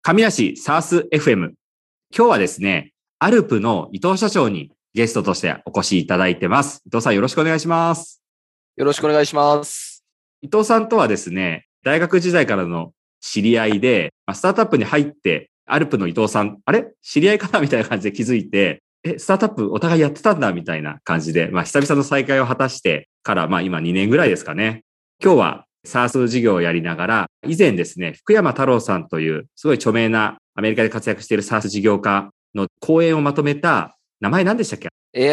神梨サース FM。今日はですね、アルプの伊藤社長にゲストとしてお越しいただいてます。伊藤さんよろしくお願いします。 よろしくお願いします。 伊藤さんとはですね、大学時代からの知り合いで、スタートアップに入って、アルプの伊藤さん、あれ知り合いかなみたいな感じで気づいて、スタートアップお互いやってたんだみたいな感じで、久々の再会を果たしてから、今2年ぐらいですかね。今日は SaaS 事業をやりながら、以前ですね、福山太郎さんというすごい著名なアメリカで活躍している SaaS 事業家の講演をまとめた、名前何でしたっけ？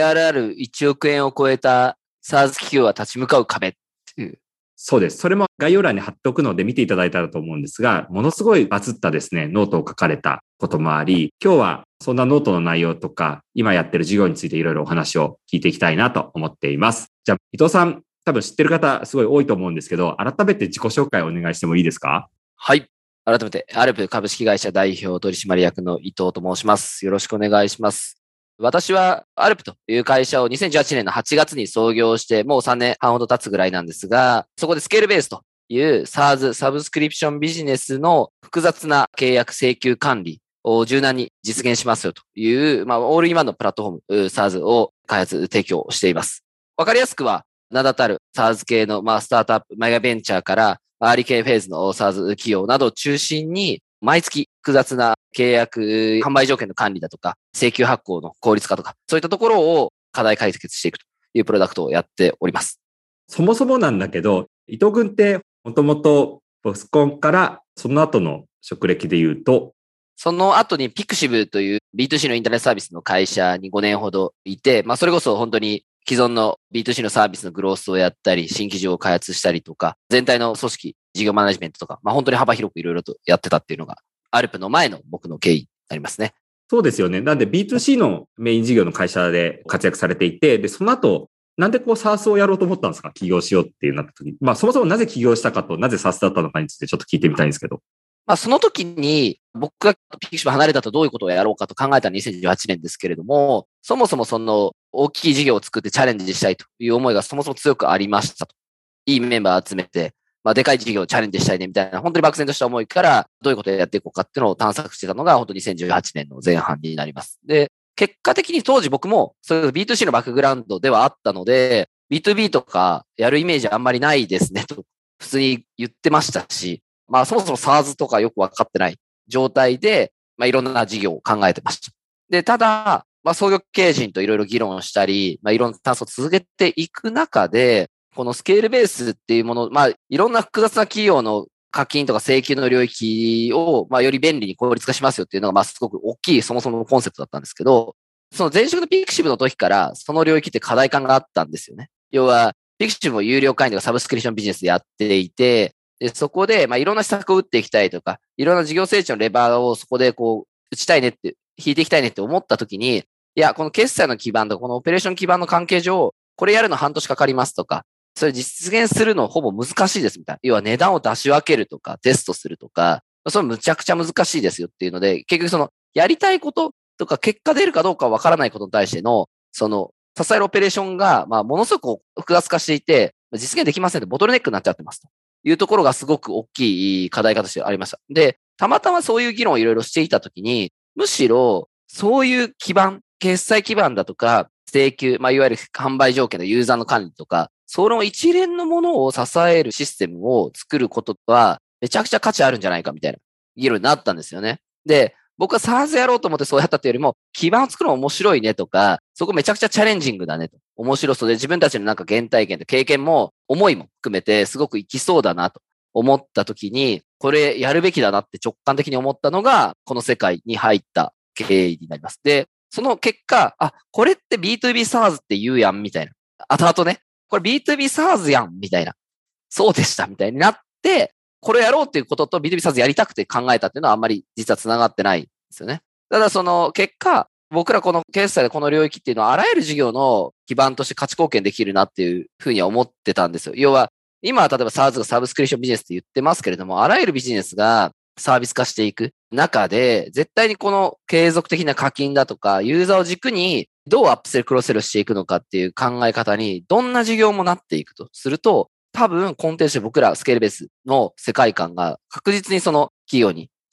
ARR1 億円を超えた SaaS 企業は立ち向かう壁っていう。 そうです。それも概要欄に貼っておくので見ていただいたらと思うんですが、ものすごいバズったですね、ノートを書かれたこともあり、今日はそんなノートの内容とか、今やってる事業についていろいろお話を聞いていきたいなと思っています。じゃあ、伊藤さん、多分知ってる方すごい多いと思うんですけど、改めて自己紹介をお願いしてもいいですか？ はい。改めて、アルプ株式会社代表取締役の伊藤と申します。よろしくお願いします。私はアルプという会社を2018年の8月に創業して、もう3年半ほど経つぐらいなんですが、そこでスケールベースという SaaS サブスクリプションビジネスの複雑な契約請求管理を柔軟に実現しますよという、オールインワンのプラットフォーム SaaS を開発提供しています。わかりやすくは、名だたる SaaS 系のスタートアップ、メガベンチャーからアーリー系フェーズの SaaS 企業などを中心に、毎月複雑な契約、販売条件の管理だとか、請求発行の効率化とか、そういったところを課題解決していくというプロダクトをやっております。 そもそもなんだけど、伊藤君ってもともとボスコンからその後の職歴で言うと、 その後にピクシブという B2C のインターネットサービスの会社に5年ほどいて、それこそ本当に既存の B2C のサービスのグロースをやったり、新規事業を開発したりとか、全体の組織、事業マネジメントとか、本当に幅広くいろいろとやってたっていうのが、アルプの前の僕の経緯になりますね。 そうですよね。なんで B2C のメイン事業の会社で活躍されていて、で、その後、なんでSaaS をやろうと思ったんですか？起業しようってなった時に。そもそもなぜ起業したかと、なぜ SaaS だったのかについてちょっと聞いてみたいんですけど。 その時に僕がピクシブ離れたとどういうことをやろうかと考えたのは2018年ですけれども、そもそもその大きい事業を作ってチャレンジしたいという思いがそもそも強くありましたと。いいメンバー集めて、でかい事業をチャレンジしたいねみたいな、本当に漠然とした思いからどういうことをやっていこうかっていうのを探索してたのが本当に2018年の前半になります。で、結果的に当時僕もそれ B2C のバックグラウンドではあったので、B2B とかやるイメージあんまりないですねと普通に言ってましたし、そもそも SaaS とかよくわかってない状態で、いろんな事業を考えてました。で、ただ、創業経営陣といろいろ議論したり、いろんな探索を続けていく中で、このスケールベースっていうもの、いろんな複雑な企業の課金とか請求の領域を、より便利に効率化しますよっていうのが、すごく大きいそもそものコンセプトだったんですけど、その前職のピクシブの時から、その領域って課題感があったんですよね。要は、ピクシブも有料会員とかサブスクリプションビジネスでやっていて、で、そこで、いろんな施策を打っていきたいとか、いろんな事業成長のレバーをそこで打ちたいねって、引いていきたいねって思った時に、いや、この決済の基盤とこのオペレーション基盤の関係上、これやるの半年かかりますとか、それ実現するのほぼ難しいですみたいな。要は値段を出し分けるとか、テストするとか、それむちゃくちゃ難しいですよっていうので、結局その、やりたいこととか、結果出るかどうかわからないことに対しての、その、支えるオペレーションが、ものすごく複雑化していて、実現できませんってボトルネックになっちゃってますというところがすごく大きい課題化としてありました。で、たまたまそういう議論をいろいろしていたときに、むしろ、そういう基盤、決済基盤だとか、請求、いわゆる販売条件のユーザーの管理とか、その一連のものを支えるシステムを作ることは、めちゃくちゃ価値あるんじゃないかみたいな議論になったんですよね。で、僕は SaaS やろうと思ってそうやったっていうよりも、基盤を作るの面白いねとか、そこめちゃくちゃチャレンジングだねと。面白そうで、自分たちの原体験と経験も、思いも含めて、すごくいきそうだなと思った時に、これやるべきだなって直感的に思ったのが、この世界に入った経緯になります。で、その結果、これって B2B SaaS って言うやん、みたいな。後々ね、これ B2B SaaS やん、みたいな。そうでした、みたいになって、これやろうっていうことと B2B SaaS やりたくて考えたっていうのはあんまり実は繋がってないんですよね。ただその結果、僕らこの決済でこの領域っていうのはあらゆる事業の基盤として価値貢献できるなっていうふうには思ってたんですよ。要は、今は例えば SaaS がサブスクリプションビジネスって言ってますけれども、あらゆるビジネスがサービス化していく中で、絶対にこの継続的な課金だとか、ユーザーを軸にどうアップセルクロスセルしていくのかっていう考え方に、どんな事業もなっていくとすると、多分根底として僕らスケールベースの世界観が確実にその企業に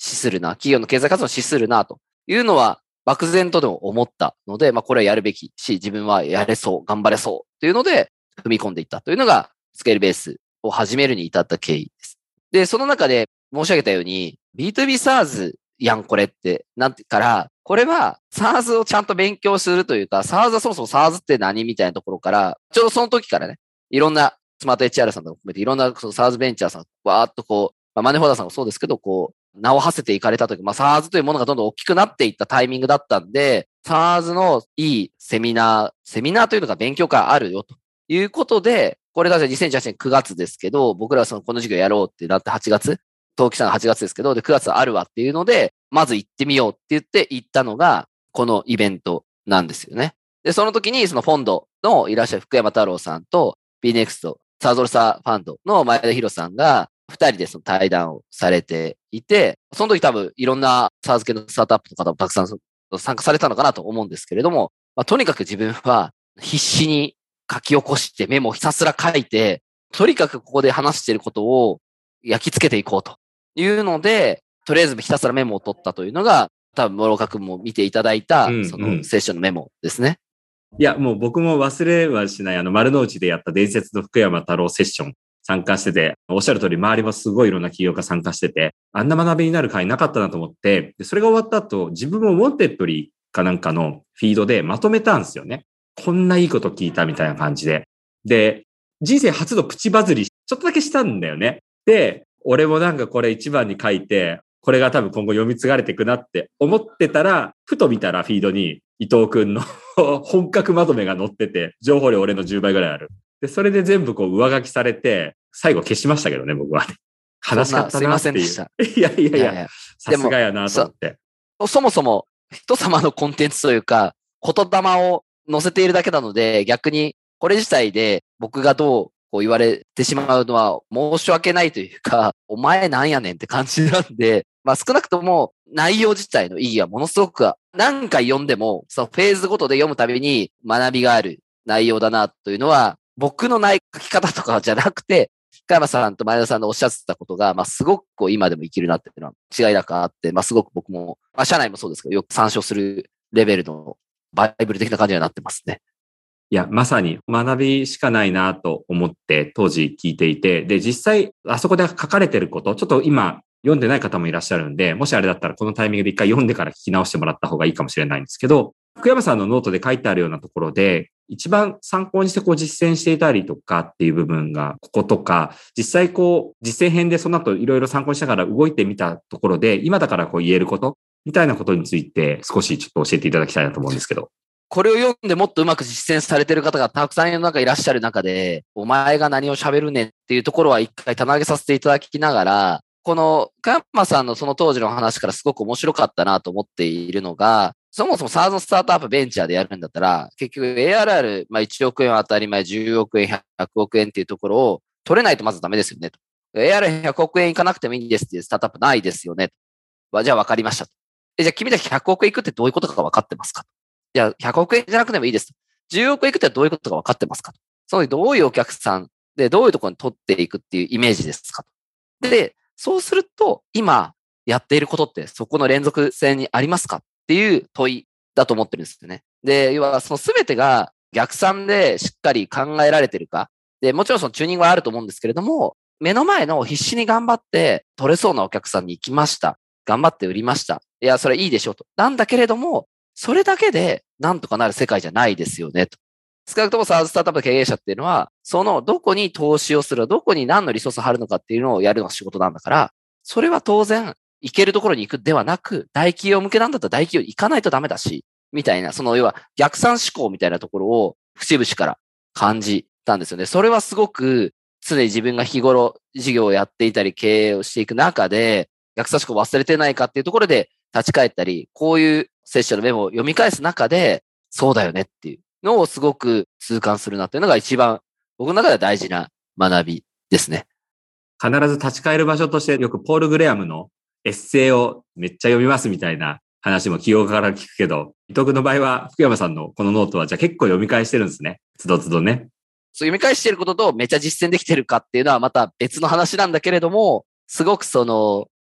資するな、企業の経済活動を資するな、というのは、漠然とでも思ったので、これはやるべきし、自分はやれそう、頑張れそう、というので、踏み込んでいったというのが、スケールベースを始めるに至った経緯です。で、その中で申し上げたように、B2B SaaS やん、これってなってから、これは SaaS をちゃんと勉強するというか、SaaS はそもそも SaaS って何みたいなところから、ちょうどその時からね、いろんなスマート HR さんとか含めて、いろんなその SaaS ベンチャーさん、わーっとマネーホルダーさんもそうですけど、名を馳せていかれたとき、SaaS というものがどんどん大きくなっていったタイミングだったんで、SaaS のいいセミナーというのが勉強会あるよということで、これが2018年9月ですけど、僕らはこの授業やろうってなって8月、登記したのが8月ですけど、で、9月あるわっていうので、まず行ってみようって言って行ったのが、このイベントなんですよね。で、その時にそのフォンドのいらっしゃる福山太郎さんと BNEXT、サーゾルサファンドの前田博さんが、二人でその対談をされていて、その時多分いろんなサーズ系のスタートアップの方もたくさん参加されたのかなと思うんですけれども、とにかく自分は必死に書き起こしてメモをひたすら書いて、とにかくここで話していることを焼き付けていこうというので、とりあえずひたすらメモを取ったというのが、多分諸岡君も見ていただいた、そのセッションのメモですね。 いや、もう僕も忘れはしない、丸の内でやった伝説の福山太郎セッション参加してて、おっしゃる通り周りもすごいいろんな企業家参加してて、あんな学びになる会なかったなと思って、でそれが終わった後、自分もウォンテッドリーかなんかのフィードでまとめたんですよね。こんないいこと聞いたみたいな感じで。で、人生初のプチバズり、ちょっとだけしたんだよね。で、俺もなんかこれ一番に書いて、これが多分今後読み継がれていくなって思ってたら、ふと見たらフィードに伊藤くんの本格まとめが載ってて、情報量俺の10倍ぐらいある。で、それで全部上書きされて、最後消しましたけどね、僕は。悲しかったなっていう。 すいませんでした。 いや、さすがやなと思って。 そもそも人様のコンテンツというか、言霊を載せているだけなので、逆にこれ自体で僕がどう言われてしまうのは申し訳ないというか、お前なんやねんって感じなんで、少なくとも内容自体の意義はものすごく何回読んでも、そのフェーズごとで読むたびに学びがある内容だなというのは、僕の書き方とかじゃなくて、深山さんと前田さんのおっしゃってたことが、すごく今でも生きるなっていうのは違いなくあって、すごく僕も、社内もそうですけど、よく参照するレベルのバイブル的な感じになってますね。 いや、まさに学びしかないなと思って当時聞いていて、で、実際あそこで書かれてること、ちょっと今読んでない方もいらっしゃるんで、もしあれだったらこのタイミングで一回読んでから聞き直してもらった方がいいかもしれないんですけど、福山さんのノートで書いてあるようなところで、一番参考にして実践していたりとかっていう部分がこことか、実際実践編でその後いろいろ参考にしながら動いてみたところで、今だから言えることみたいなことについて少しちょっと教えていただきたいなと思うんですけど。 これを読んでもっとうまく実践されている方がたくさん世の中いらっしゃる中で、お前が何を喋るねんっていうところは一回棚上げさせていただきながら、この深山さんのその当時の話からすごく面白かったなと思っているのが、そもそもSaaSのスタートアップベンチャーでやるんだったら、結局 ARR、1億円は当たり前、10億円、100億円っていうところを取れないとまずダメですよねと。ARR100 億円いかなくてもいいんですっていうスタートアップないですよねと。じゃあ分かりましたと。じゃあ君たち100億円いくってどういうことか分かってますかと。じゃあ100億円じゃなくてもいいですと。10億円いくってどういうことか分かってますかと。そのどういうお客さんでどういうところに取っていくっていうイメージですかと。で、そうすると今やっていることってそこの連続性にありますかっていう問いだと思ってるんですよね。で、要はその全てが逆算でしっかり考えられてるか。で、もちろんそのチューニングはあると思うんですけれども、目の前の必死に頑張って取れそうなお客さんに行きました。頑張って売りました。いや、それいいでしょうと。なんだけれども、それだけでなんとかなる世界じゃないですよねと。少なくともSaaSスタートアップの経営者っていうのは、そのどこに投資をする、どこに何のリソースを張るのかっていうのをやるのが仕事なんだから、それは当然、行けるところに行くではなく、大企業向けなんだったら大企業行かないとダメだし、みたいな、その要は逆算思考みたいなところを節々から感じたんですよね。それはすごく常に自分が日頃事業をやっていたり経営をしていく中で、逆算思考を忘れてないかっていうところで立ち返ったり、こういうセッションのメモを読み返す中で、そうだよねっていうのをすごく痛感するなっていうのが一番僕の中では大事な学びですね。 必ず立ち返る場所としてよくポール・グレアムのエッセイをめっちゃ読みますみたいな話も起業家から聞くけど、伊藤君の場合は福山さんのこのノートはじゃあ結構読み返してるんですね。つどつどね。 そう読み返してることとめっちゃ実践できてるかっていうのはまた別の話なんだけれども、すごくその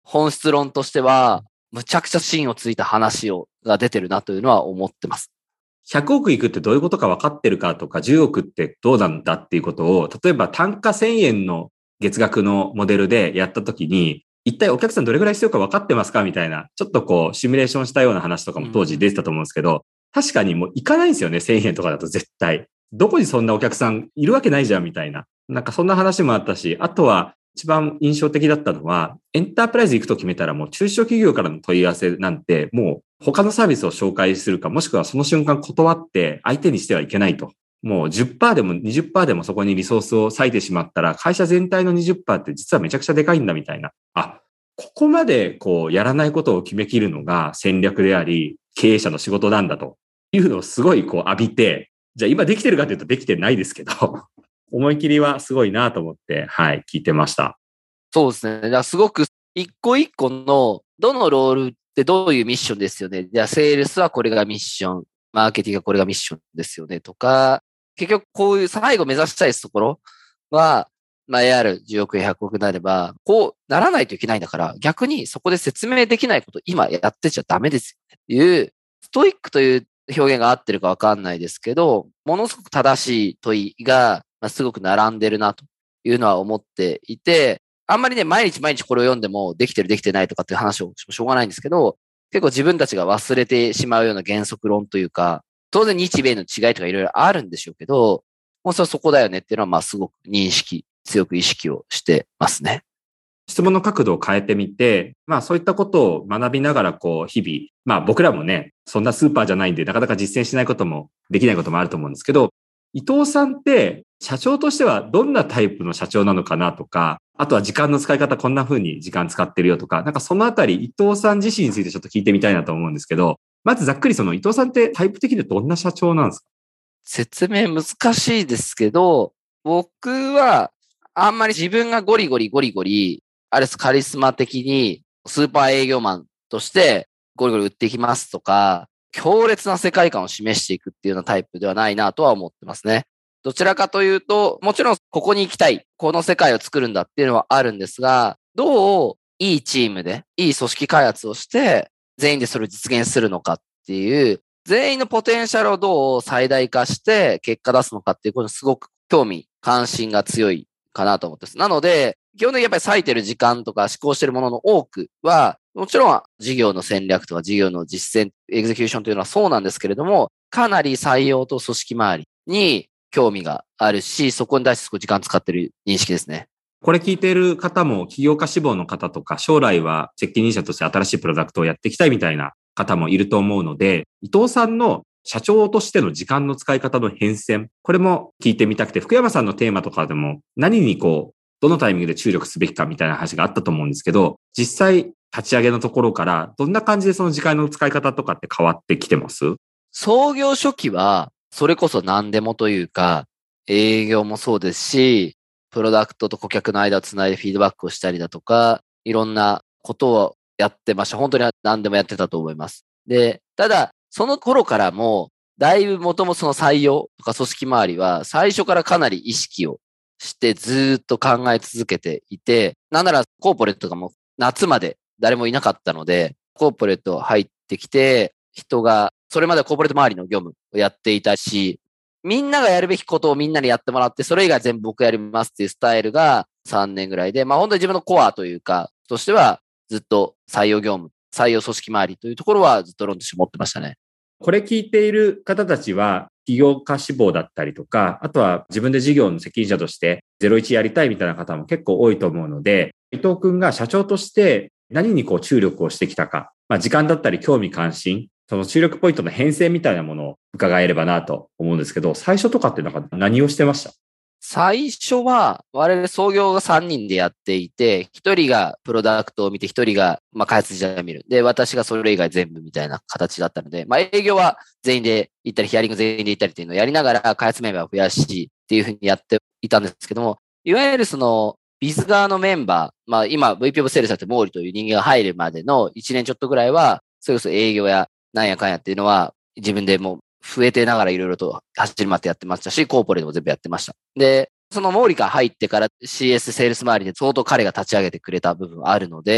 本質論としては、むちゃくちゃ芯をついた話が出てるなというのは思ってます。 100億いくってどういうことか分かってるかとか、10億ってどうなんだっていうことを、例えば単価1000円の月額のモデルでやったときに、一体お客さんどれぐらい必要か分かってますかみたいな、ちょっとこう、シミュレーションしたような話とかも当時出てたと思うんですけど、確かにもういかないんですよね、1000円とかだと絶対。どこにそんなお客さんいるわけないじゃんみたいな。なんかそんな話もあったし、あとは一番印象的だったのは、エンタープライズ行くと決めたらもう中小企業からの問い合わせなんて、もう他のサービスを紹介するか、もしくはその瞬間断って相手にしてはいけないと。もう10%でも20%でもそこにリソースを割いてしまったら、会社全体の20%って実はめちゃくちゃでかいんだみたいな。ここまでこうやらないことを決めきるのが戦略であり、経営者の仕事なんだというのをすごいこう浴びて、じゃあ今できてるかというとできてないですけど、思い切りはすごいなと思って、はい、聞いてました。 そうですね。だからすごく一個一個のどのロールってどういうミッションですよね。じゃあセールスはこれがミッション、マーケティングはこれがミッションですよねとか、結局こういう最後目指したいところは、AR 10億円100億になれば、こうならないといけないんだから、逆にそこで説明できないこと今やってちゃダメですよねっていう、ストイックという表現が合ってるかわかんないですけど、ものすごく正しい問いが、すごく並んでるなというのは思っていて、あんまりね、毎日毎日これを読んでもできてるできてないとかっていう話をしょうがないんですけど、結構自分たちが忘れてしまうような原則論というか、当然日米の違いとかいろいろあるんでしょうけど、もうそこだよねっていうのは、すごく強く意識をしてますね。 質問の角度を変えてみて、そういったことを学びながら、こう、日々、僕らもね、そんなスーパーじゃないんで、なかなか実践しないことも、できないこともあると思うんですけど、伊藤さんって、社長としてはどんなタイプの社長なのかなとか、あとは時間の使い方こんな風に時間使ってるよとか、なんかそのあたり、伊藤さん自身についてちょっと聞いてみたいなと思うんですけど、まずざっくり伊藤さんってタイプ的にどんな社長なんですか？ 説明難しいですけど、僕はあんまり自分がゴリゴリ、あれカリスマ的にスーパー営業マンとしてゴリゴリ売っていきますとか、強烈な世界観を示していくっていうようなタイプではないなとは思ってますね。どちらかというと、もちろんここに行きたい、この世界を作るんだっていうのはあるんですが、どういいチームで、いい組織開発をして、全員でそれを実現するのかっていう、全員のポテンシャルをどう最大化して結果出すのかっていうことにすごく興味、関心が強いかなと思ってます。なので、基本的にやっぱり割いてる時間とか思考してるものの多くは、もちろん事業の戦略とか事業の実践、エグゼキューションというのはそうなんですけれども、かなり採用と組織周りに興味があるし、そこに対して少し時間使ってる認識ですね。 これ聞いている方も起業家志望の方とか、将来は責任者として新しいプロダクトをやっていきたいみたいな方もいると思うので、伊藤さんの社長としての時間の使い方の変遷、これも聞いてみたくて、福山さんのテーマとかでも何にどのタイミングで注力すべきかみたいな話があったと思うんですけど、実際立ち上げのところからどんな感じでその時間の使い方とかって変わってきてます？ 創業初期はそれこそ何でもというか、営業もそうですし、プロダクトと顧客の間をつないでフィードバックをしたりだとか、いろんなことをやってました。本当に何でもやってたと思います。で、ただ、その頃からも、だいぶもともその採用とか組織周りは、最初からかなり意識をしてずっと考え続けていて、なんならコーポレートがもう夏まで誰もいなかったので、コーポレート入ってきて、人が、それまではコーポレート周りの業務をやっていたし、みんながやるべきことをみんなにやってもらって、それ以外全部僕やりますっていうスタイルが3年ぐらいで、本当に自分のコアというか、としてはずっと採用業務、採用組織周りというところはずっと論として持ってましたね。 これ聞いている方たちは、起業家志望だったりとか、あとは自分で事業の責任者として01やりたいみたいな方も結構多いと思うので、伊藤くんが社長として何に注力をしてきたか、時間だったり興味関心、その注力ポイントの変遷みたいなものを伺えればなと思うんですけど、最初とかって何をしてました？ 最初は、我々創業が3人でやっていて、1人がプロダクトを見て、1人が開発自体を見る。で、私がそれ以外全部みたいな形だったので、営業は全員で行ったり、ヒアリング全員で行ったりっていうのをやりながら、開発メンバーを増やしっていうふうにやっていたんですけども、いわゆるその、ビズ側のメンバー、今 VP of Sales だってモーリという人間が入るまでの1年ちょっとぐらいは、それこそ営業やなんやかんやっていうのは、自分でもう増えてながらいろいろと走り回ってやってましたし、コーポレートも全部やってました。で、そのモーリが入ってから CS セールス周りで相当彼が立ち上げてくれた部分あるので、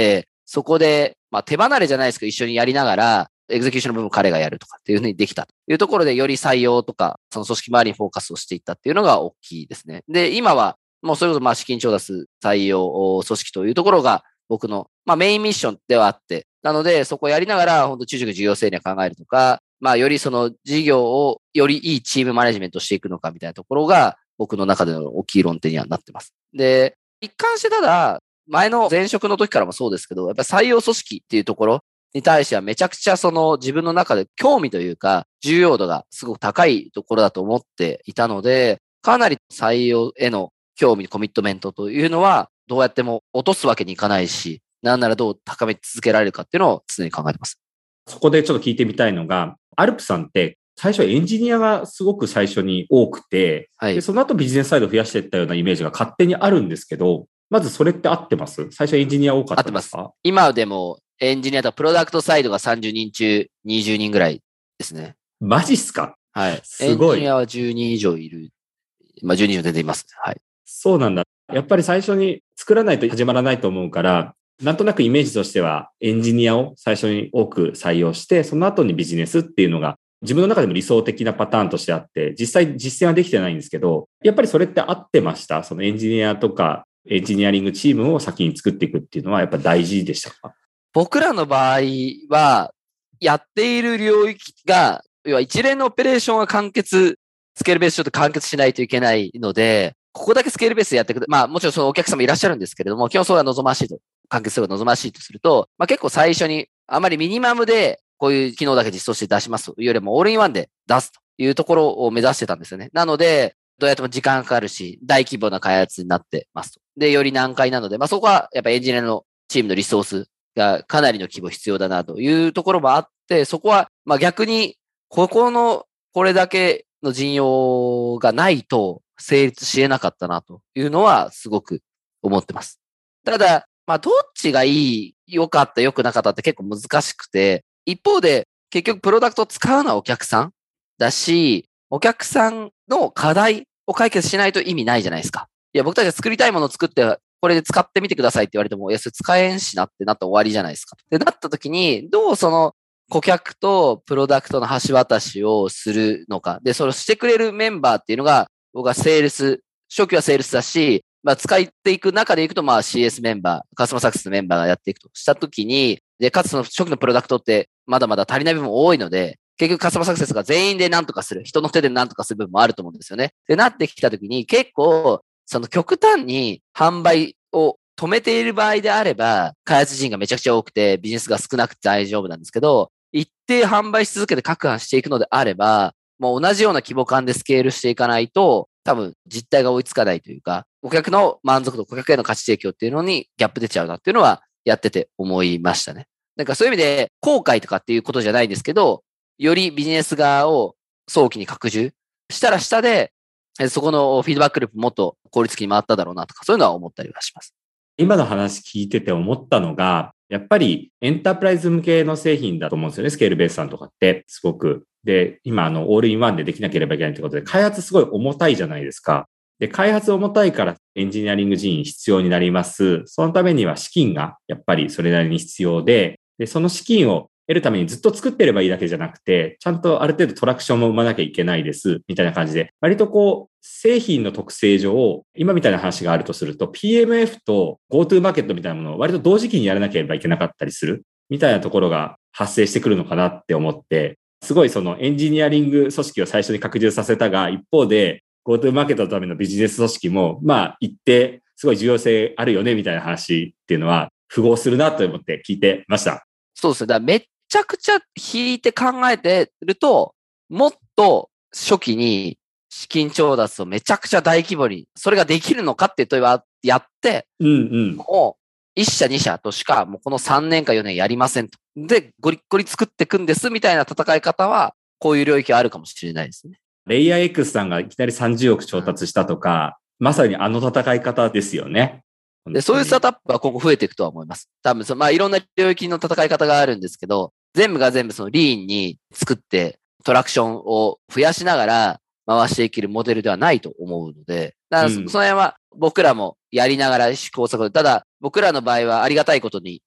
そこで、手離れじゃないですけど、一緒にやりながら、エグゼキューションの部分を彼がやるとかっていうふうにできたというところで、より採用とか、その組織周りにフォーカスをしていったっていうのが大きいですね。で、今は、もうそれこそ資金調達採用組織というところが僕のメインミッションではあって、なのでそこをやりながら本当中軸事業戦略考えるとか、よりその事業をよりいいチームマネジメントしていくのかみたいなところが僕の中での大きい論点にはなってます。で、一貫してただ、前の前職の時からもそうですけど、やっぱり採用組織っていうところに対してはめちゃくちゃその自分の中で興味というか重要度がすごく高いところだと思っていたので、かなり採用への興味、コミットメントというのはどうやっても落とすわけにいかないし、なんならどう高め続けられるかっていうのを常に考えてます。 そこでちょっと聞いてみたいのが、アルプさんって最初エンジニアがすごく最初に多くて、はい、でその後ビジネスサイドを増やしていったようなイメージが勝手にあるんですけど、まずそれって合ってます？最初エンジニア多かったですか？合ってます。 今でもエンジニアとプロダクトサイドが30人中20人ぐらいですね。 マジっすか？ はい。 すごい。 エンジニアは10人以上いる。10人以上出ています。はい。 そうなんだ。やっぱり最初に作らないと始まらないと思うから、なんとなくイメージとしてはエンジニアを最初に多く採用して、その後にビジネスっていうのが自分の中でも理想的なパターンとしてあって、実際実践はできてないんですけど、やっぱりそれって合ってました？そのエンジニアとかエンジニアリングチームを先に作っていくっていうのはやっぱ大事でしたか？ 僕らの場合は、やっている領域が、要は一連のオペレーションが完結、スケールベース上で完結しないといけないので、ここだけスケールベースでやっていく。もちろんそのお客様いらっしゃるんですけれども、基本それが望ましいと、完結するが望ましいとすると、結構最初にあまりミニマムでこういう機能だけ実装して出しますというよりも、オールインワンで出すというところを目指してたんですよね。なので、どうやっても時間かかるし、大規模な開発になってますと。で、より難解なので、そこはやっぱエンジニアのチームのリソースがかなりの規模必要だなというところもあって、そこは逆にこれだけの陣容がないと成立し得なかったなというのはすごく思ってます。ただ、どっちが良かった、良くなかったって結構難しくて、一方で結局プロダクトを使うのはお客さんだし、お客さんの課題を解決しないと意味ないじゃないですか。いや、僕たちが作りたいものを作って、これで使ってみてくださいって言われても、いや、それ使えんしなってなったら終わりじゃないですか。で、なった時に、どうその顧客とプロダクトの橋渡しをするのか。で、それをしてくれるメンバーっていうのが、僕はセールス、初期はセールスだし、使っていく中でいくと、CS メンバー、カスタマーサクセスのメンバーがやっていくとした時に、で、かつその初期のプロダクトってまだまだ足りない部分多いので、結局カスタマーサクセスが全員で何とかする、人の手で何とかする部分もあると思うんですよね。で、なってきた時に結構、その極端に販売を止めている場合であれば、開発人がめちゃくちゃ多くてビジネスが少なくて大丈夫なんですけど、一定販売し続けて拡販していくのであれば、もう同じような規模感でスケールしていかないと、多分実態が追いつかないというか、顧客の満足度、顧客への価値提供っていうのにギャップ出ちゃうなっていうのはやってて思いましたね。なんかそういう意味で後悔とかっていうことじゃないんですけど、よりビジネス側を早期に拡充したら下で、そこのフィードバックループもっと効率的に回っただろうなとか、そういうのは思ったりはします。 今の話聞いてて思ったのが、やっぱりエンタープライズ向けの製品だと思うんですよね。スケールベースさんとかって、すごく。で、今オールインワンでできなければいけないということで、開発すごい重たいじゃないですか。で、開発重たいからエンジニアリング人員必要になります。そのためには資金がやっぱりそれなりに必要で、その資金を得るためにずっと作ってればいいだけじゃなくて、ちゃんとある程度トラクションも生まなきゃいけないです、みたいな感じで、割と製品の特性上、今みたいな話があるとすると、PMF と GoTo マーケットみたいなものを割と同時期にやらなければいけなかったりする、みたいなところが発生してくるのかなって思って、すごいそのエンジニアリング組織を最初に拡充させたが、一方で GoTo マーケットのためのビジネス組織も、一定すごい重要性あるよね、みたいな話っていうのは符合するなと思って聞いてました。 そうですね。だからめっちゃくちゃ引いて考えてると、もっと初期に資金調達をめちゃくちゃ大規模に、それができるのかって問いはやって、もう1社2社としかもうこの3年か4年やりませんと。で、ゴリッゴリ作っていくんですみたいな戦い方は、こういう領域はあるかもしれないですね。 レイヤー X さんがいきなり30億調達したとか、まさにあの戦い方ですよね。 で、そういうスタートアップは今後増えていくとは思います。多分いろんな領域の戦い方があるんですけど、全部が全部そのリーンに作ってトラクションを増やしながら回していけるモデルではないと思うので、だからその辺は僕らもやりながら試行錯誤。ただ僕らの場合はありがたいことに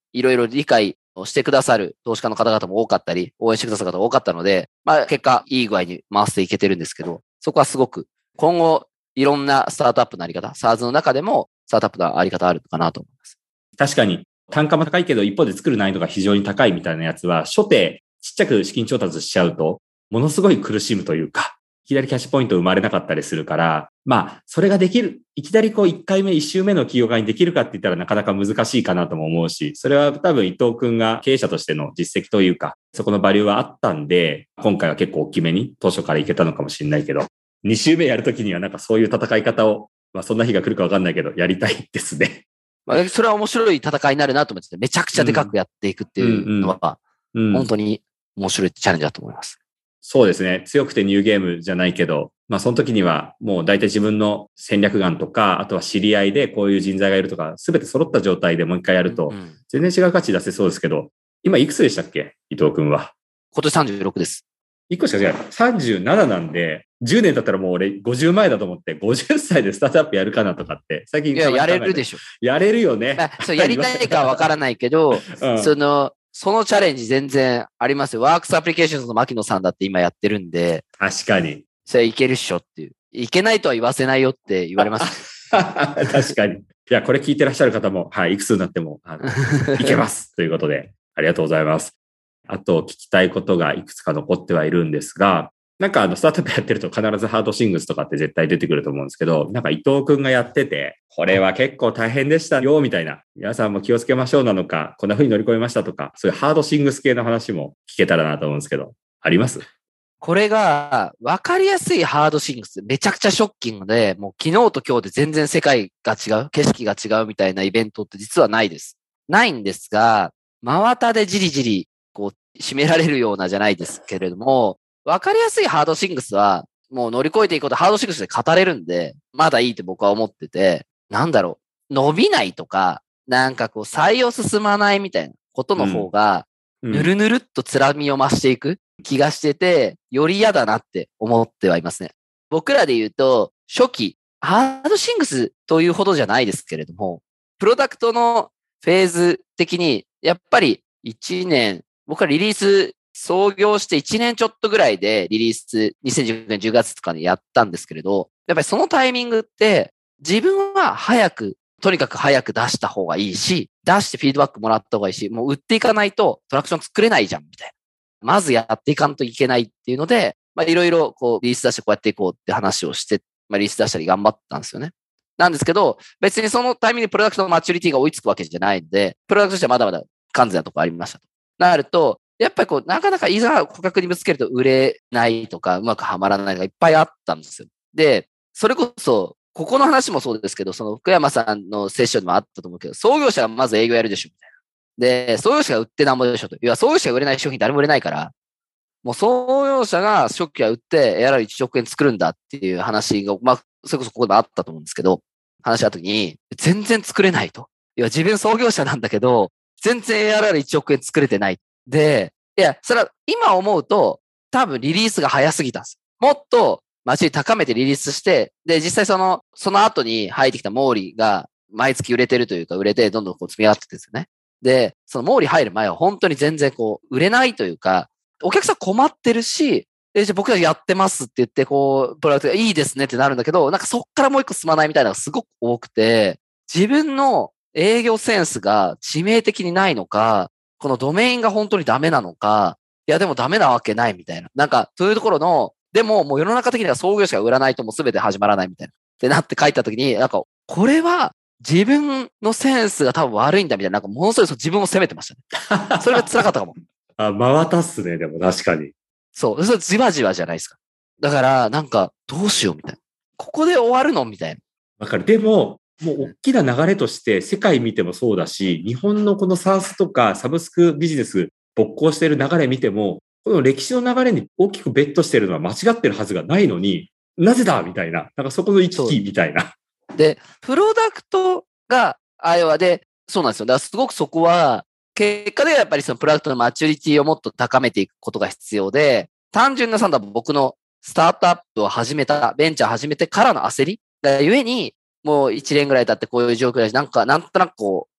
いろいろ理解をしてくださる投資家の方々も多かったり、応援してくださる方も多かったので、結果、いい具合に回していけてるんですけど、そこはすごく、今後、いろんなスタートアップのあり方、SaaS の中でも、スタートアップのあり方あるかなと思います。 確かに、単価も高いけど、一方で作る難易度が非常に高いみたいなやつは、初手、ちっちゃく資金調達しちゃうと、ものすごい苦しむというか、いきなりキャッシュポイント生まれなかったりするから、それができる、いきなり1回目、1周目の企業側にできるかって言ったらなかなか難しいかなとも思うし、それは多分伊藤くんが経営者としての実績というか、そこのバリューはあったんで、今回は結構大きめに当初からいけたのかもしれないけど、2周目やるときにはなんかそういう戦い方を、そんな日が来るかわかんないけど、やりたいですね。 それは面白い戦いになるなと思ってて、めちゃくちゃでかくやっていくっていうのは、本当に面白いチャレンジだと思います。 そうですね。強くてニューゲームじゃないけど、その時にはもう大体自分の戦略眼とか、あとは知り合いでこういう人材がいるとか、すべて揃った状態でもう一回やると、全然違う価値出せそうですけど、今いくつでしたっけ伊藤くんは。 今年36です。 1個しか違う。37なんで、10年経ったらもう俺50前だと思って、50歳でスタートアップやるかなとかって、最近。 いや、やれるでしょ。 やれるよね。 やりたいかはわからないけど、そのチャレンジ全然ありますよ。ワークスアプリケーションズの牧野さんだって今やってるんで。 確かに。 それいけるっしょっていう。いけないとは言わせないよって言われます。 確かに。いや、これ聞いてらっしゃる方も、いくつになっても、いけますということで、ありがとうございます。あと、聞きたいことがいくつか残ってはいるんですが、なんかスタートアップやってると必ずハードシングスとかって絶対出てくると思うんですけど、なんか伊藤くんがやってて、これは結構大変でしたよ、みたいな。皆さんも気をつけましょうなのか、こんな風に乗り越えましたとか、そういうハードシングス系の話も聞けたらなと思うんですけど、あります？ これが分かりやすいハードシングス、めちゃくちゃショッキングで、もう昨日と今日で全然世界が違う、景色が違うみたいなイベントって実はないです。ないんですが、真綿でじりじり、締められるようなじゃないですけれども、分かりやすいハードシングスは、もう乗り越えていくことハードシングスで語れるんで、まだいいって僕は思ってて、伸びないとか、採用進まないみたいなことの方が、ぬるぬるっと辛みを増していく気がしてて、より嫌だなって思ってはいますね。僕らで言うと、初期、ハードシングスというほどじゃないですけれども、プロダクトのフェーズ的に、やっぱり1年、僕はリリース創業して1年ちょっとぐらいでリリース2019年10月とかにやったんですけれど、やっぱりそのタイミングって自分はとにかく早く出した方がいいし、出してフィードバックもらった方がいいし、もう売っていかないとトラクション作れないじゃん、みたいな。まずやっていかんといけないっていうので、いろいろリリース出してこうやっていこうって話をして、リリース出したり頑張ったんですよね。なんですけど、別にそのタイミングでプロダクトのマチュリティが追いつくわけじゃないんで、プロダクトとしてはまだまだ不完全なところありましたと。なると、やっぱりなかなかいざ顧客にぶつけると売れないとか、うまくはまらないのがいっぱいあったんですよ。で、それこそ、ここの話もそうですけど、その福山さんのセッションでもあったと思うけど、創業者がまず営業やるでしょ、みたいな。で、創業者が売ってなんぼでしょと。いや、創業者が売れない商品誰も売れないから、もう創業者が初期は売って ARR1 億円作るんだっていう話が、それこそここでもあったと思うんですけど、話した時に、全然作れないと。いや、自分創業者なんだけど、全然 ARR1 億円作れてない。で、いや、それは今思うと、多分リリースが早すぎたんです。もっと街に高めてリリースして、で、実際その後に入ってきたモーリーが毎月売れてるというか、売れてどんどん積み上がってってですよね。で、そのモーリー入る前は本当に全然売れないというか、お客さん困ってるし、じゃあ僕らやってますって言って、プロダクトがいいですねってなるんだけど、そっからもう一個進まないみたいなのがすごく多くて、自分の営業センスが致命的にないのか、このドメインが本当にダメなのか、いやでもダメなわけないみたいな。そういうところの、でももう世の中的には創業者が売らないともう全て始まらないみたいな。ってなって書いたときに、これは自分のセンスが多分悪いんだみたいな、ものすごい自分を責めてましたね。それが辛かったかも。 真綿っすね、でも確かに。 そう。それじわじわじゃないですか。だから、どうしようみたいな。ここで終わるのみたいな。 わかる。でも、もう大きな流れとして世界見てもそうだし、日本のこのサースとかサブスクビジネス勃興している流れ見ても、この歴史の流れに大きくベットしているのは間違ってるはずがないのに、なぜだみたいな。そこの行き来みたいな。 で、プロダクトが、そうなんですよ。だからすごくそこは、結果ではやっぱりそのプロダクトのマチュリティをもっと高めていくことが必要で、単純な僕のスタートアップを始めた、ベンチャー始めてからの焦りがゆえに、もう1年ぐらい経ってこういう状況だし、なんとなく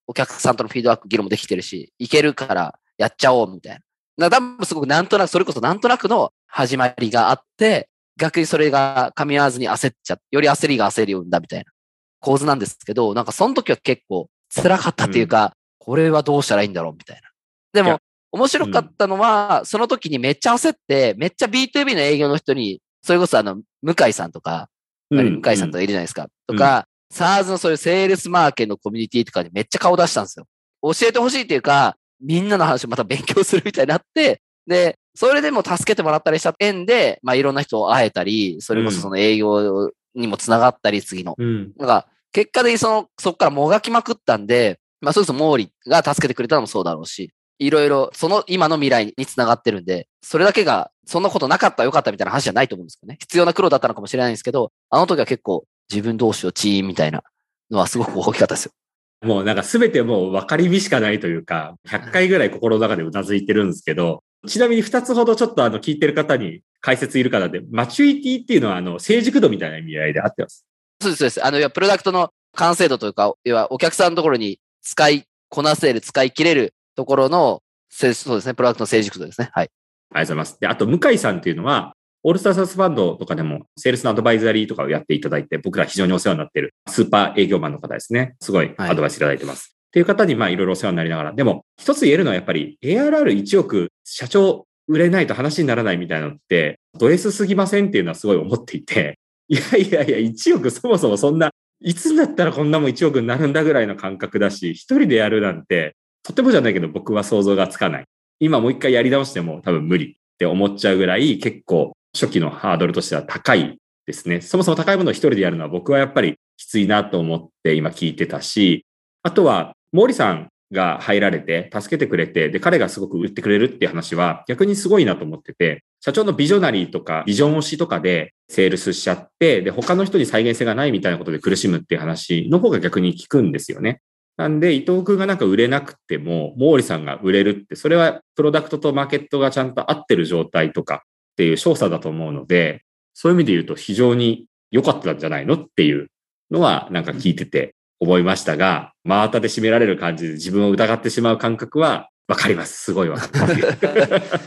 お客さんとのフィードバック議論もできてるし、いけるからやっちゃおうみたいな。多分すごくなんとなく、それこそなんとなくの始まりがあって、逆にそれが噛み合わずに焦っちゃって、より焦りが焦りを生んだみたいな構図なんですけど、なんかその時は結構辛かったっていうか、これはどうしたらいいんだろうみたいな。でも、面白かったのは、その時にめっちゃ焦って、めっちゃ B2B の営業の人に、それこそ向井さんとか、向井さんとかいるじゃないですか。とか、SaaS のそういうセールスマーケのコミュニティとかにめっちゃ顔出したんですよ。教えてほしいっていうか、みんなの話をまた勉強するみたいになって、で、それでも助けてもらったりした縁で、いろんな人を会えたり、それこそその営業にもつながったり、次の。なんか、結果的にそこからもがきまくったんで、それこそ毛利が助けてくれたのもそうだろうし、いろいろ、その今の未来につながってるんで、それだけが、そんなことなかったらよかったみたいな話じゃないと思うんですけどね。必要な苦労だったのかもしれないんですけど、あの時は結構自分同士をチームみたいなのはすごく大きかったですよ。 もうなんか全てもう分かりみしかないというか、100回ぐらい心の中でうなずいてるんですけど、ちなみに2つほどちょっと聞いてる方に解説いるかなで、マチュリティっていうのは成熟度みたいな意味合いで合ってます。 そうです、そうです。プロダクトの完成度というか、要はお客さんのところに使いこなせる、使い切れるところの、そうですね、プロダクトの成熟度ですね。はい。 ありがとうございます。で、あと、向井さんっていうのは、オールスターサスファンドとかでも、セールスのアドバイザリーとかをやっていただいて、僕ら非常にお世話になっているスーパー営業マンの方ですね。すごいアドバイスいただいてます。っていう方に、いろいろお世話になりながら、でも、一つ言えるのはやっぱり、ARR1 億社長売れないと話にならないみたいなのって、ド S すぎませんっていうのはすごい思っていて、いや、1億そもそもそんな、いつになったらこんなもん1億になるんだぐらいの感覚だし、一人でやるなんて、とてもじゃないけど僕は想像がつかない。今もう一回やり直しても多分無理って思っちゃうぐらい結構初期のハードルとしては高いですね。そもそも高いものを一人でやるのは僕はやっぱりきついなと思って今聞いてたし、あとは毛利さんが入られて助けてくれて、で彼がすごく売ってくれるっていう話は逆にすごいなと思ってて、社長のビジョナリーとかビジョン推しとかでセールスしちゃって、で他の人に再現性がないみたいなことで苦しむっていう話の方が逆に聞くんですよね。なんで、伊藤君がなんか売れなくても、毛利さんが売れるって、それはプロダクトとマーケットがちゃんと合ってる状態とかっていう証左だと思うので、そういう意味で言うと非常に良かったんじゃないのっていうのはなんか聞いてて思いましたが、真綿で締められる感じで自分を疑ってしまう感覚はわかります。すごいわかります。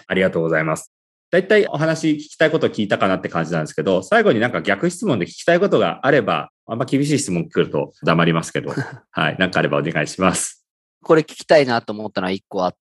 ありがとうございます。だいたいお話聞きたいこと聞いたかなって感じなんですけど、最後になんか逆質問で聞きたいことがあれば、あんま厳しい質問来ると黙りますけど、はい、なんかあればお願いします。 これ聞きたいなと思ったのは一個あって、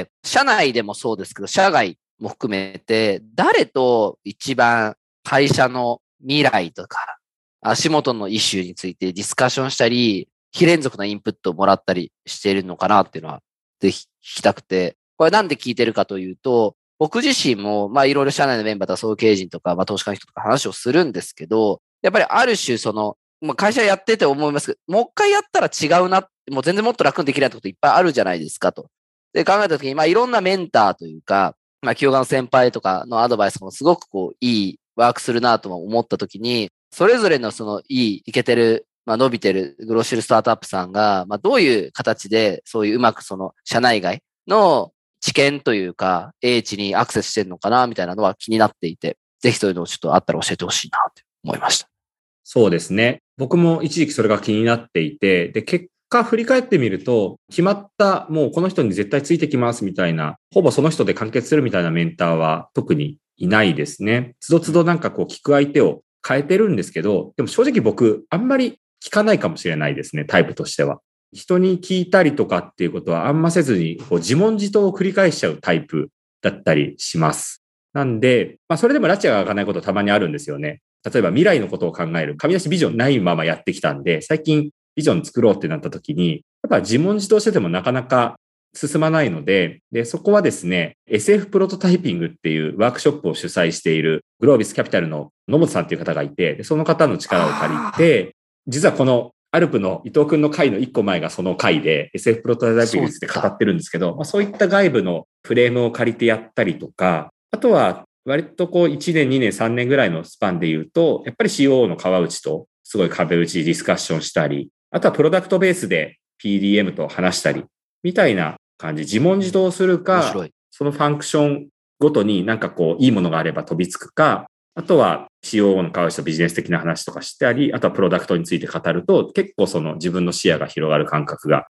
社内でもそうですけど、社外も含めて、誰と一番会社の未来とか、足元のイシューについてディスカッションしたり、非連続なインプットをもらったりしているのかなっていうのは、ぜひ聞きたくて、これなんで聞いてるかというと、僕自身も、いろいろ社内のメンバーとか、総経営陣とか、投資家の人とか話をするんですけど、やっぱりある種、会社やってて思いますけど、もう一回やったら違うな、もう全然もっと楽にできないってこといっぱいあるじゃないですかと。で、考えたときに、いろんなメンターというか、企業側の先輩とかのアドバイスもすごくいいワークするなとも思ったときに、それぞれのいけてる、伸びてるグローシルスタートアップさんが、どういう形で、そういううまく社内外の知見というか、英知にアクセスしてるのかな、みたいなのは気になっていて、ぜひそういうのをちょっとあったら教えてほしいな、と思いました。 そうですね。僕も一時期それが気になっていて、で、結果振り返ってみると、決まった、もうこの人に絶対ついてきますみたいな、ほぼその人で完結するみたいなメンターは特にいないですね。つどつどなんか聞く相手を変えてるんですけど、でも正直僕、あんまり聞かないかもしれないですね、タイプとしては。人に聞いたりとかっていうことはあんませずに、自問自答を繰り返しちゃうタイプだったりします。なんで、それでも拉致が開かないことたまにあるんですよね。例えば未来のことを考える、紙出しビジョンないままやってきたんで、最近ビジョン作ろうってなった時に、やっぱ自問自答しててもなかなか進まないので、そこはですね、SF プロトタイピングっていうワークショップを主催しているグロービスキャピタルの野本さんっていう方がいて、その方の力を借りて、実はこのアルプの伊藤くんの回の一個前がその回で SF プロトタイピングについて語ってるんですけど、そういった外部のフレームを借りてやったりとか、あとは割と1年、2年、3年ぐらいのスパンで言うと、やっぱり COO の川内とすごい壁打ちディスカッションしたり、あとはプロダクトベースで PDM と話したり、みたいな感じ、自問自答するか、そのファンクションごとになんかいいものがあれば飛びつくか、あとは COO の川内とビジネス的な話とかしたり、あとはプロダクトについて語ると、結構自分の視野が広がる感覚が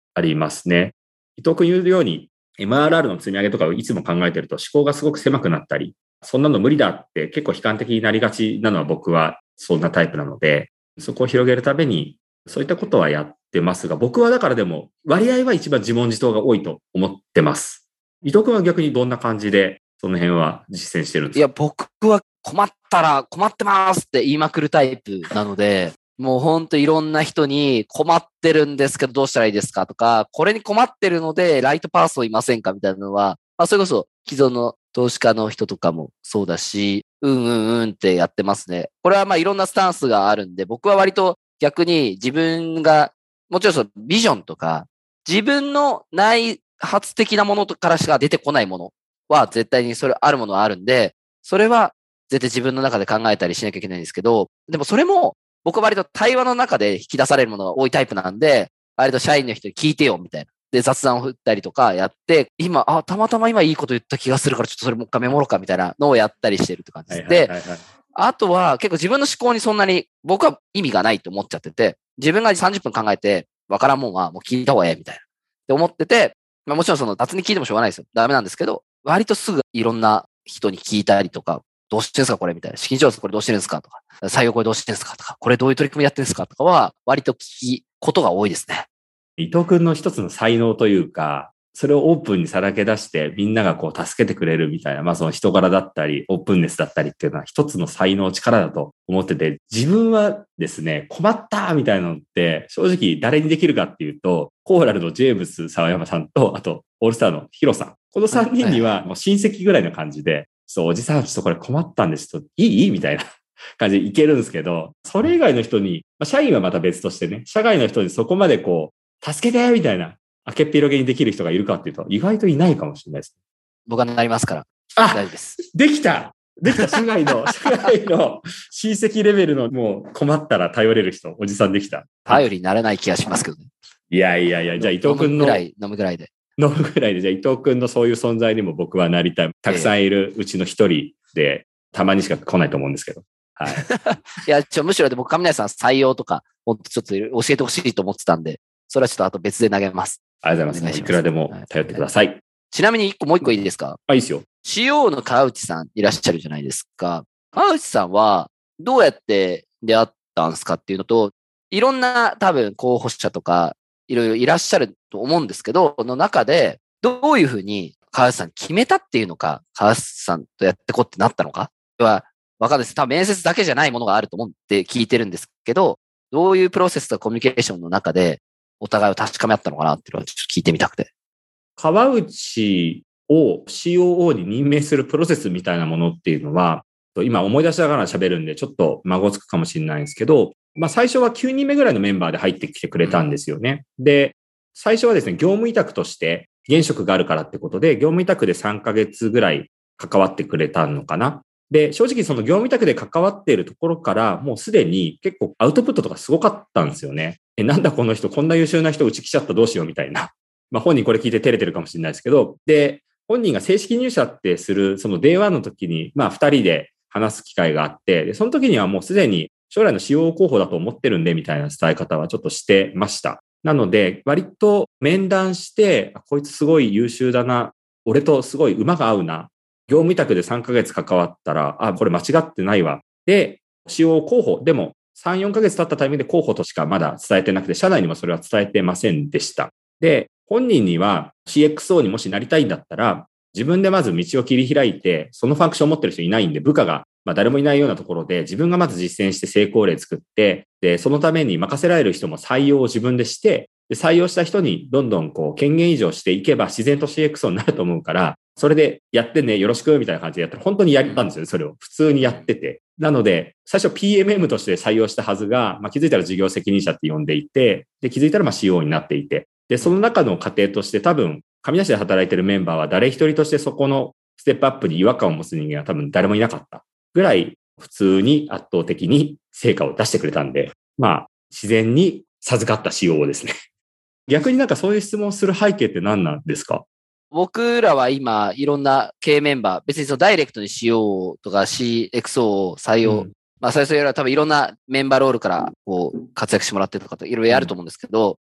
ありますね。伊藤君言うように MRR の積み上げとかをいつも考えてると思考がすごく狭くなったり、そんなの無理だって結構悲観的になりがちなのは僕はそんなタイプなので、そこを広げるためにそういったことはやってますが、僕はだからでも割合は一番自問自答が多いと思ってます。伊藤君は逆にどんな感じでその辺は実践してるんですか？ いや、僕は困ったら困ってますって言いまくるタイプなので、もうほんといろんな人に困ってるんですけどどうしたらいいですかとか、これに困ってるのでライトパーソンいませんかみたいなのは、それこそ既存の投資家の人とかもそうだし、うんってやってますね。これはいろんなスタンスがあるんで、僕は割と逆に自分が、もちろんそのビジョンとか、自分の内発的なものからしか出てこないものは絶対にそれあるものはあるんで、それは絶対自分の中で考えたりしなきゃいけないんですけど、でもそれも僕は割と対話の中で引き出されるものが多いタイプなんで、割と社員の人に聞いてよみたいな。で、雑談を振ったりとかやって、たまたま今いいこと言った気がするからちょっとそれもう一回メモろうかみたいなのをやったりしてるって感じです。で、あとは結構自分の思考にそんなに僕は意味がないと思っちゃってて、自分が30分考えてわからんもんはもう聞いた方がええみたいな。って思ってて、もちろんその雑に聞いてもしょうがないですよ。ダメなんですけど、割とすぐいろんな人に聞いたりとか、どうしてるんですかこれみたいな。資金調達これどうしてるんですかとか、採用これどうしてるんですかとか、これどういう取り組みやってるんですかとかは、割と聞くことが多いですね。 伊藤君の一つの才能というか、それをオープンにさらけ出してみんながこう助けてくれるみたいな、その人柄だったり、オープンネスだったりっていうのは一つの才能、力だと思ってて、自分はですね、困ったみたいなのって正直誰にできるかっていうと、コーラルのジェームス沢山さんと、あとオールスターのヒロさん。この3人にはもう親戚ぐらいの感じで、おじさんちょっとこれ困ったんです。ちょっといいみたいな感じでいけるんですけど、それ以外の人に、社員はまた別としてね、社外の人にそこまでこう、助けてみたいな、明けっぴろげにできる人がいるかっていうと、意外といないかもしれないです。 僕はなりますから。大丈夫です。 できた社外の親戚レベルのもう困ったら頼れる人、おじさんできた。 頼りになれない気がしますけどね。 いや、じゃあ伊藤君の。 飲むぐらいで。 飲むぐらいで、じゃあ伊藤君のそういう存在にも僕はなりたい。たくさんいるうちの一人で、たまにしか来ないと思うんですけど。はい。 いや、むしろで僕、上谷さん採用とか、もっとちょっと教えてほしいと思ってたんで、それはちょっとあと別で投げます。 ありがとうございます。いくらでも頼ってください。 ちなみにもう一個いいですか？ いいですよ。 CO の川内さんいらっしゃるじゃないですか。川内さんはどうやって出会ったんですかっていうのと、いろんな多分候補者とかいろいろいらっしゃると思うんですけど、の中でどういうふうに川内さん決めたっていうのか、川内さんとやってこうってなったのかはわかんないです。多分面接だけじゃないものがあると思って聞いてるんですけど、どういうプロセスとかコミュニケーションの中でお互いを確かめ合ったのかなっていうのはちょっと聞いてみたくて。 川内を COO に任命するプロセスみたいなものっていうのは、今思い出しながら喋るんでちょっと孫つくかもしれないんですけど、最初は9人目ぐらいのメンバーで入ってきてくれたんですよね。で、最初はですね、業務委託として現職があるからってことで、業務委託で3ヶ月ぐらい関わってくれたのかな。で、正直その業務委託で関わっているところから、もうすでに結構アウトプットとかすごかったんですよね。なんだこの人、こんな優秀な人うち来ちゃったどうしようみたいな。本人これ聞いて照れてるかもしれないですけど、で、本人が正式入社ってする、その Day1 の時に、2人で話す機会があって、で、その時にはもうすでに将来の使用候補だと思ってるんで、みたいな伝え方はちょっとしてました。なので、割と面談して、こいつすごい優秀だな、俺とすごい馬が合うな、業務委託で3ヶ月関わったら、これ間違ってないわ。で、使用候補、でも3、4ヶ月経ったタイミングで候補としかまだ伝えてなくて、社内にもそれは伝えてませんでした。で、本人には CXO にもしなりたいんだったら、自分でまず道を切り開いて、そのファンクションを持ってる人いないんで、部下が誰もいないようなところで、自分がまず実践して成功例作って、で、そのために任せられる人も採用を自分でして、で、採用した人にどんどん権限移譲していけば自然と CXO になると思うから、それでやってね、よろしくみたいな感じでやったら本当にやったんですよね、それを。普通にやってて。なので、最初 PMM として採用したはずが、気づいたら事業責任者って呼んでいて、で、気づいたらCO になっていて、で、その中の過程として多分、上田市で働いてるメンバーは誰一人としてそこのステップアップに違和感を持つ人間は多分誰もいなかったぐらい、普通に圧倒的に成果を出してくれたんで、自然に授かった CO ですね。逆にそういう質問をする背景って何なんですか？ 僕らは今、いろんな経営メンバー、別にそのダイレクトに CO とか CXO を採用、最初よりは多分いろんなメンバーロールから活躍してもらってとかいろいろやると思うんですけど、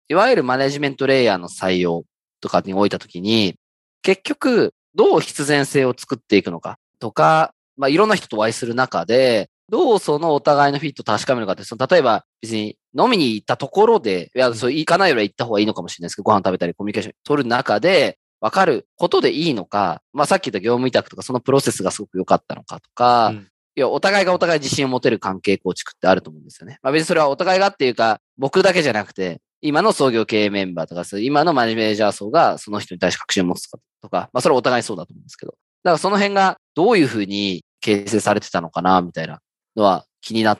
いわゆるマネジメントレイヤーの採用とかに置いたときに、結局、どう必然性を作っていくのかとか、いろんな人とお会いする中で、どうそのお互いのフィットを確かめるのかって、例えば別に飲みに行ったところで、そう行かないよりは行った方がいいのかもしれないですけど、ご飯食べたりコミュニケーション取る中で、分かることでいいのか、さっき言った業務委託とかそのプロセスがすごく良かったのかとか、お互いがお互い自信を持てる関係構築ってあると思うんですよね。別にそれはお互いがっていうか、僕だけじゃなくて、今の創業経営メンバーとか、今のマネージャー層がその人に対して確信を持つとか、それはお互いそうだと思うんですけど。だからその辺がどういうふうに形成されてたのかな、みたいなのは気になって、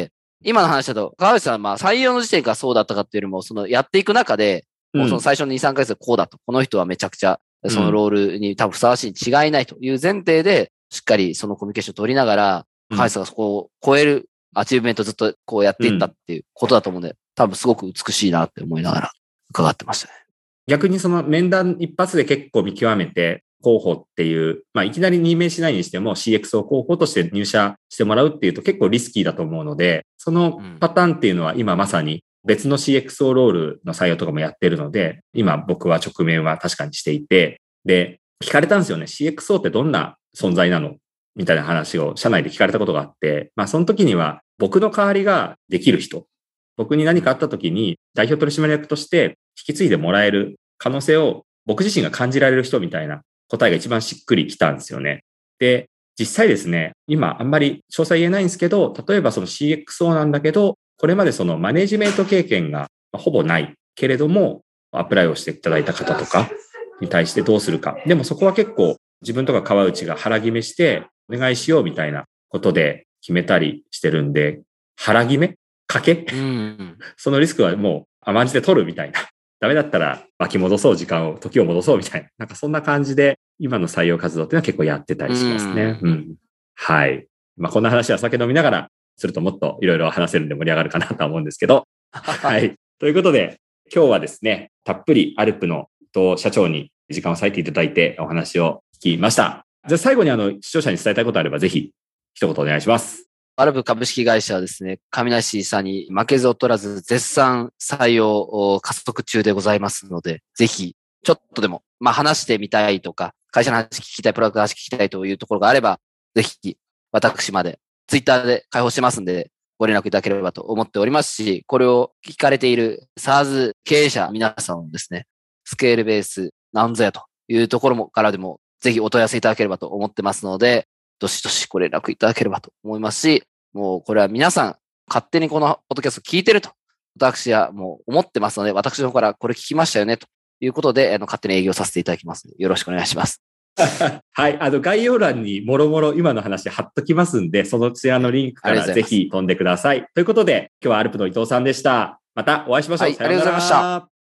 今の話だと、川内さんは採用の時点からそうだったかっていうよりも、そのやっていく中で、もうその最初の2、3ヶ月でこうだと、この人はめちゃくちゃそのロールに多分ふさわしいに違いないという前提で、しっかりそのコミュニケーションを取りながら、川内さんがそこを超えるアチーブメントをずっとこうやっていったっていうことだと思うんで、多分すごく美しいなって思いながら伺ってましたね。 逆にその面談一発で結構見極めて、候補っていう、いきなり任命しないにしても CXO 候補として入社してもらうっていうと結構リスキーだと思うので、そのパターンっていうのは今まさに別の CXO ロールの採用とかもやってるので、今僕は直面は確かにしていて、で、聞かれたんですよね。CXO ってどんな存在なのみたいな話を社内で聞かれたことがあって、その時には僕の代わりができる人、僕に何かあった時に代表取締役として引き継いでもらえる可能性を僕自身が感じられる人みたいな答えが一番しっくりきたんですよね。で、実際ですね、今あんまり詳細言えないんですけど、例えばその CXO なんだけど、これまでそのマネジメント経験がほぼないけれども、アプライをしていただいた方とかに対してどうするか。でもそこは結構自分とか川内が腹決めしてお願いしようみたいなことで決めたりしてるんで、腹決め賭けそのリスクはもう甘んじて取るみたいな。ダメだったら巻き戻そう、時を戻そうみたいな。なんかそんな感じで今の採用活動っていうのは結構やってたりしますね。はい。こんな話は酒飲みながらするともっといろいろ話せるんで盛り上がるかなと思うんですけど。はい。ということで、今日はですね、たっぷりアルプの伊藤社長に時間を割いていただいてお話を聞きました。じゃあ最後に視聴者に伝えたいことあればぜひ一言お願いします。 アルプ株式会社はですね、上梨さんに負けず劣らず絶賛採用を加速中でございますので、ぜひちょっとでも話してみたいとか、会社の話聞きたい、プロダクトの話聞きたいというところがあれば、ぜひ私までツイッターで開放してますんで、ご連絡いただければと思っておりますし、これを聞かれている SaaS 経営者皆さんもですね、スケールベースなんぞやというところもからでもぜひお問い合わせいただければと思ってますので、どしどしご連絡いただければと思いますし、もうこれは皆さん勝手にこのポッドキャスト聞いてると私はもう思ってますので、私の方からこれ聞きましたよねということで勝手に営業させていただきますので、よろしくお願いします。 はい。概要欄にもろもろ今の話貼っときますんで、そのちらのリンクからぜひ飛んでください。ということで、今日はアルプの伊藤さんでした。またお会いしましょう。 はい、ありがとうございました。